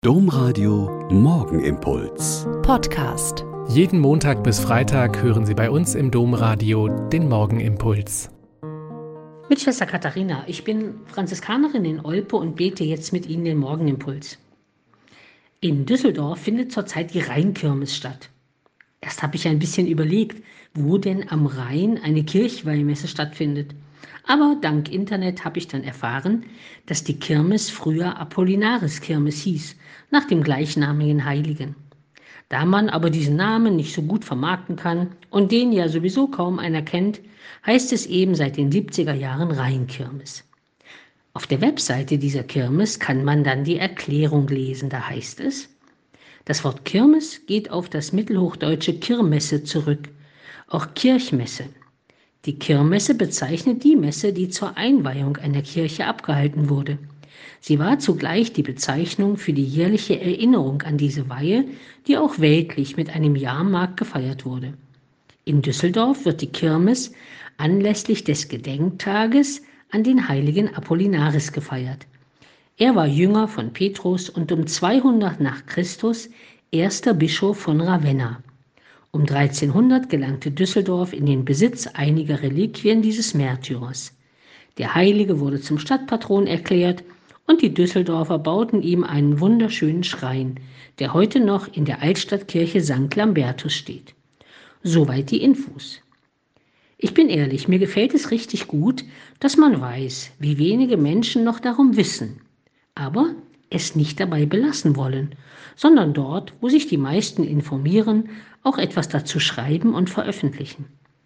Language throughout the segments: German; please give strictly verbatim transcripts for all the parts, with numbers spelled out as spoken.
Domradio Morgenimpuls. Podcast. Jeden Montag bis Freitag hören Sie bei uns im Domradio den Morgenimpuls. Mit Schwester Katharina. Ich bin Franziskanerin in Olpe und bete jetzt mit Ihnen den Morgenimpuls. In Düsseldorf findet zurzeit die Rheinkirmes statt. Erst habe ich ein bisschen überlegt, wo denn am Rhein eine Kirchweihmesse stattfindet. Aber dank Internet habe ich dann erfahren, dass die Kirmes früher Apollinaris-Kirmes hieß, nach dem gleichnamigen Heiligen. Da man aber diesen Namen nicht so gut vermarkten kann und den ja sowieso kaum einer kennt, heißt es eben seit den siebziger Jahren Rheinkirmes. Auf der Webseite dieser Kirmes kann man dann die Erklärung lesen, da heißt es: Das Wort Kirmes geht auf das mittelhochdeutsche Kirmesse zurück, auch Kirchmesse. Die Kirmesse bezeichnet die Messe, die zur Einweihung einer Kirche abgehalten wurde. Sie war zugleich die Bezeichnung für die jährliche Erinnerung an diese Weihe, die auch weltlich mit einem Jahrmarkt gefeiert wurde. In Düsseldorf wird die Kirmes anlässlich des Gedenktages an den heiligen Apollinaris gefeiert. Er war Jünger von Petrus und um zweihundert nach Christus erster Bischof von Ravenna. Um dreizehnhundert gelangte Düsseldorf in den Besitz einiger Reliquien dieses Märtyrers. Der Heilige wurde zum Stadtpatron erklärt und die Düsseldorfer bauten ihm einen wunderschönen Schrein, der heute noch in der Altstadtkirche Sankt Lambertus steht. Soweit die Infos. Ich bin ehrlich, mir gefällt es richtig gut, dass man weiß, wie wenige Menschen noch darum wissen, aber es nicht dabei belassen wollen, sondern dort, wo sich die meisten informieren, auch etwas dazu schreiben und veröffentlichen.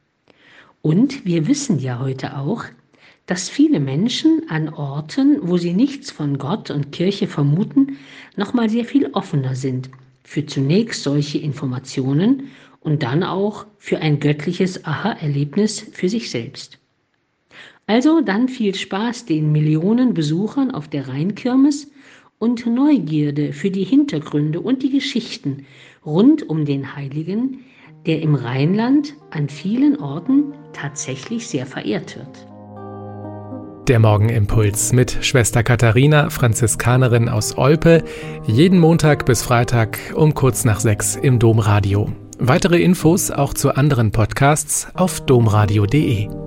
Und wir wissen ja heute auch, dass viele Menschen an Orten, wo sie nichts von Gott und Kirche vermuten, nochmal sehr viel offener sind für zunächst solche Informationen und dann auch für ein göttliches Aha-Erlebnis für sich selbst. Also dann viel Spaß den Millionen Besuchern auf der Rheinkirmes und Neugierde für die Hintergründe und die Geschichten rund um den Heiligen, der im Rheinland an vielen Orten tatsächlich sehr verehrt wird. Der Morgenimpuls mit Schwester Katharina, Franziskanerin aus Olpe, jeden Montag bis Freitag um kurz nach sechs im Domradio. Weitere Infos auch zu anderen Podcasts auf domradio punkt de.